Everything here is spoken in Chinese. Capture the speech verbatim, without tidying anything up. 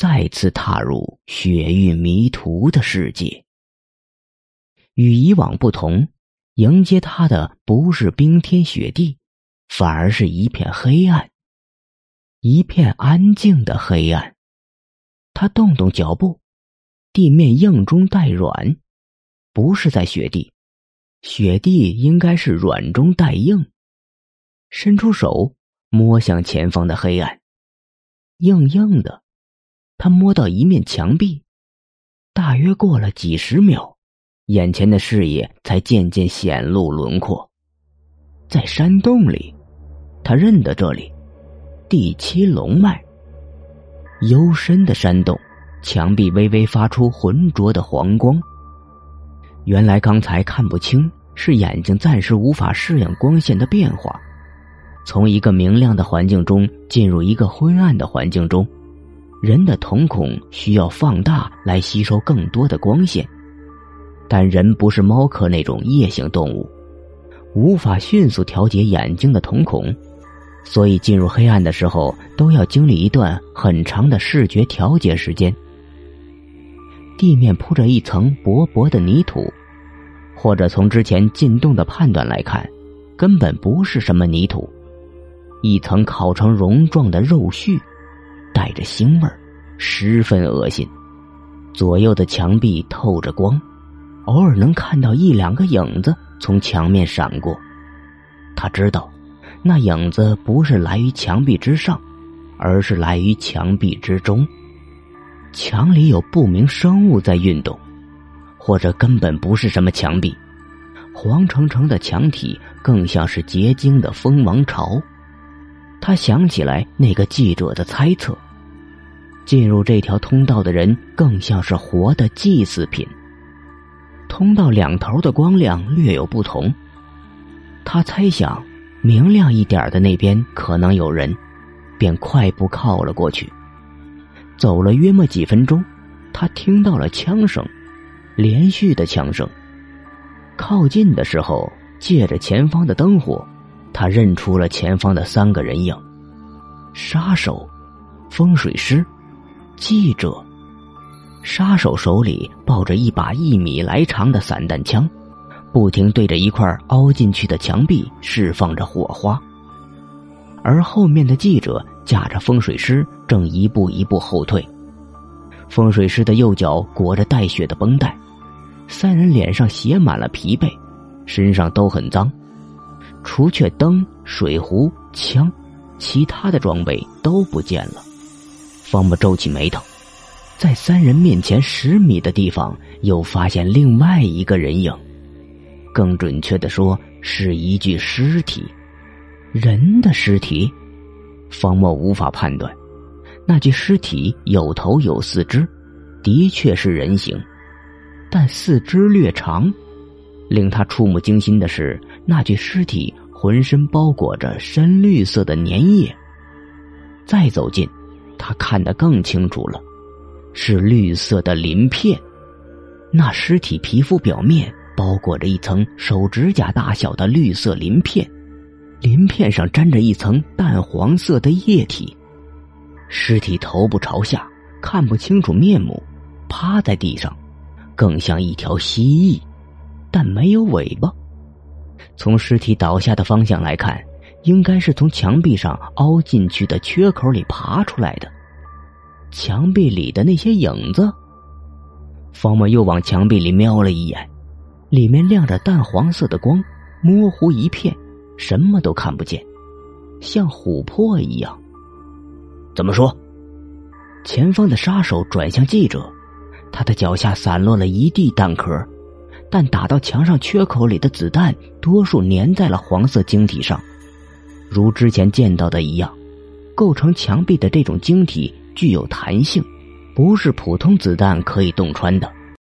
再次踏入雪域迷途的世界。与以往不同，迎接他的不是冰天雪地，反而是一片黑暗，一片安静的黑暗。他动动脚步，地面硬中带软，不是在雪地，雪地应该是软中带硬。伸出手摸向前方的黑暗，硬硬的。他摸到一面墙壁，大约过了几十秒，眼前的视野才渐渐显露轮廓。在山洞里，他认得这里，第七龙脉。幽深的山洞，墙壁微微发出浑浊的黄光。原来刚才看不清，是眼睛暂时无法适应光线的变化，从一个明亮的环境中进入一个昏暗的环境中。人的瞳孔需要放大来吸收更多的光线，但人不是猫科那种夜行动物，无法迅速调节眼睛的瞳孔，所以进入黑暗的时候都要经历一段很长的视觉调节时间。地面铺着一层薄薄的泥土，或者从之前进洞的判断来看，根本不是什么泥土，一层烤成蓉状的肉絮，带着腥味儿，十分恶心。左右的墙壁透着光，偶尔能看到一两个影子从墙面闪过。他知道，那影子不是来于墙壁之上，而是来于墙壁之中。墙里有不明生物在运动，或者根本不是什么墙壁，黄澄澄的墙体更像是结晶的蜂王巢。他想起来那个记者的猜测，进入这条通道的人更像是活的祭祀品。通道两头的光亮略有不同，他猜想明亮一点的那边可能有人，便快步靠了过去。走了约莫几分钟，他听到了枪声，连续的枪声。靠近的时候，借着前方的灯火，他认出了前方的三个人影：杀手、风水师、记者。杀手手里抱着一把一米来长的散弹枪，不停对着一块凹进去的墙壁释放着火花。而后面的记者架着风水师正一步一步后退。风水师的右脚裹着带血的绷带，三人脸上写满了疲惫，身上都很脏，除却灯、水壶、枪，其他的装备都不见了。方木皱起眉头，在三人面前十米的地方又发现另外一个人影，更准确地说是一具尸体。人的尸体？方墨无法判断，那具尸体有头有四肢，的确是人形，但四肢略长。令他触目惊心的是，那具尸体浑身包裹着深绿色的粘液。再走近，他看得更清楚了，是绿色的鳞片。那尸体皮肤表面包裹着一层手指甲大小的绿色鳞片，鳞片上沾着一层淡黄色的液体。尸体头部朝下，看不清楚面目，趴在地上，更像一条蜥蜴，但没有尾巴。从尸体倒下的方向来看，应该是从墙壁上凹进去的缺口里爬出来的。墙壁里的那些影子，方墨又往墙壁里瞄了一眼，里面亮着淡黄色的光，模糊一片，什么都看不见，像琥珀一样。怎么说？前方的杀手转向记者，他的脚下散落了一地弹壳，但打到墙上缺口里的子弹多数粘在了黄色晶体上。如之前见到的一样，构成墙壁的这种晶体具有弹性，不是普通子弹可以洞穿的。